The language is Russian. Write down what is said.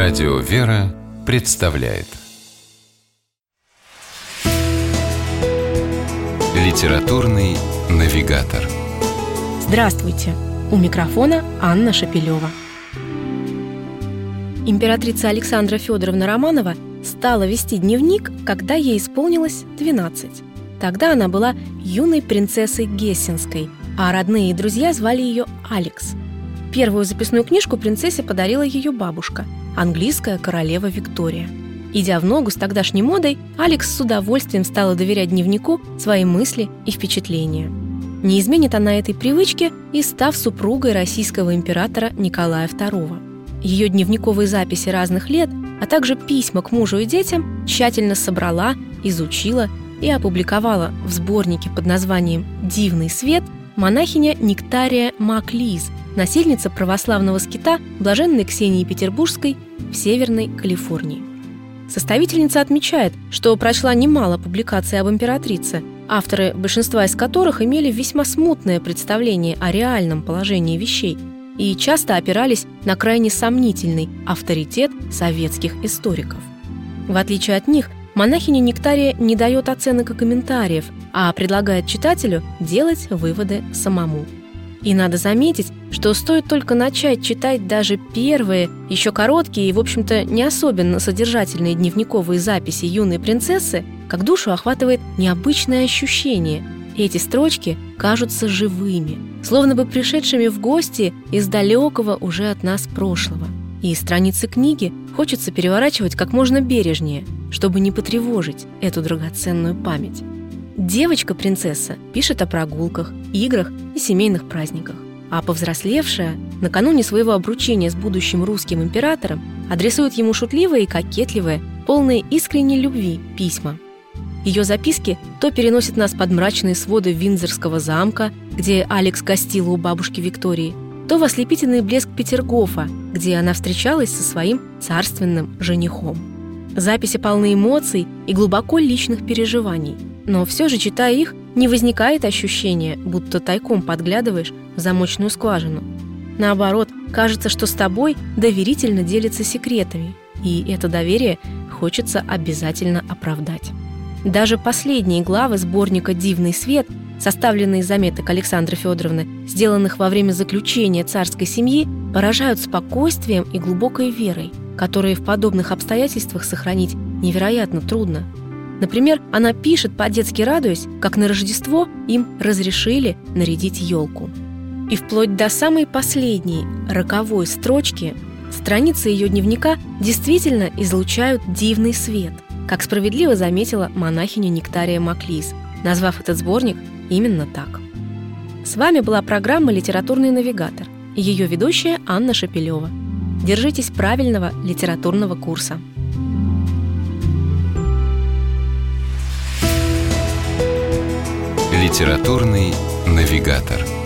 Радио «Вера» представляет Литературный навигатор. Здравствуйте! У микрофона Анна Шапилева. Императрица Александра Федоровна Романова стала вести дневник, когда ей исполнилось 12. Тогда она была юной принцессой Гессенской, а родные и друзья звали ее Алекс. Первую записную книжку принцессе подарила ее бабушка, английская королева Виктория. Идя в ногу с тогдашней модой, Алекс с удовольствием стала доверять дневнику свои мысли и впечатления. Не изменит она этой привычке и став супругой российского императора Николая II. Ее дневниковые записи разных лет, а также письма к мужу и детям тщательно собрала, изучила и опубликовала в сборнике под названием «Дивный свет» монахиня Нектария Маклис, насельница православного скита блаженной Ксении Петербургской в Северной Калифорнии. Составительница отмечает, что прочла немало публикаций об императрице, авторы большинства из которых имели весьма смутное представление о реальном положении вещей и часто опирались на крайне сомнительный авторитет советских историков. В отличие от них, монахиня Нектария не дает оценок и комментариев, а предлагает читателю делать выводы самому. И надо заметить, что стоит только начать читать даже первые, еще короткие и, в общем-то, не особенно содержательные дневниковые записи юной принцессы, как душу охватывает необычное ощущение. Эти строчки кажутся живыми, словно бы пришедшими в гости из далекого уже от нас прошлого. И страницы книги хочется переворачивать как можно бережнее, чтобы не потревожить эту драгоценную память. Девочка-принцесса пишет о прогулках, играх и семейных праздниках, а повзрослевшая, накануне своего обручения с будущим русским императором, адресует ему шутливые и кокетливые, полные искренней любви письма. Ее записки то переносят нас под мрачные своды Виндзорского замка, где Алекс гостила у бабушки Виктории, то в ослепительный блеск Петергофа, где она встречалась со своим царственным женихом. Записи полны эмоций и глубоко личных переживаний. Но все же, читая их, не возникает ощущения, будто тайком подглядываешь в замочную скважину. Наоборот, кажется, что с тобой доверительно делятся секретами, и это доверие хочется обязательно оправдать. Даже последние главы сборника «Дивный свет», составленные из заметок Александры Федоровны, сделанных во время заключения царской семьи, поражают спокойствием и глубокой верой, которые в подобных обстоятельствах сохранить невероятно трудно. Например, она пишет, по-детски радуясь, как на Рождество им разрешили нарядить елку. И вплоть до самой последней, роковой строчки, страницы ее дневника действительно излучают дивный свет, как справедливо заметила монахиня Нектария Маклис, назвав этот сборник именно так. С вами была программа «Литературный навигатор» и ее ведущая Анна Шапилева. Держитесь правильного литературного курса. Литературный навигатор.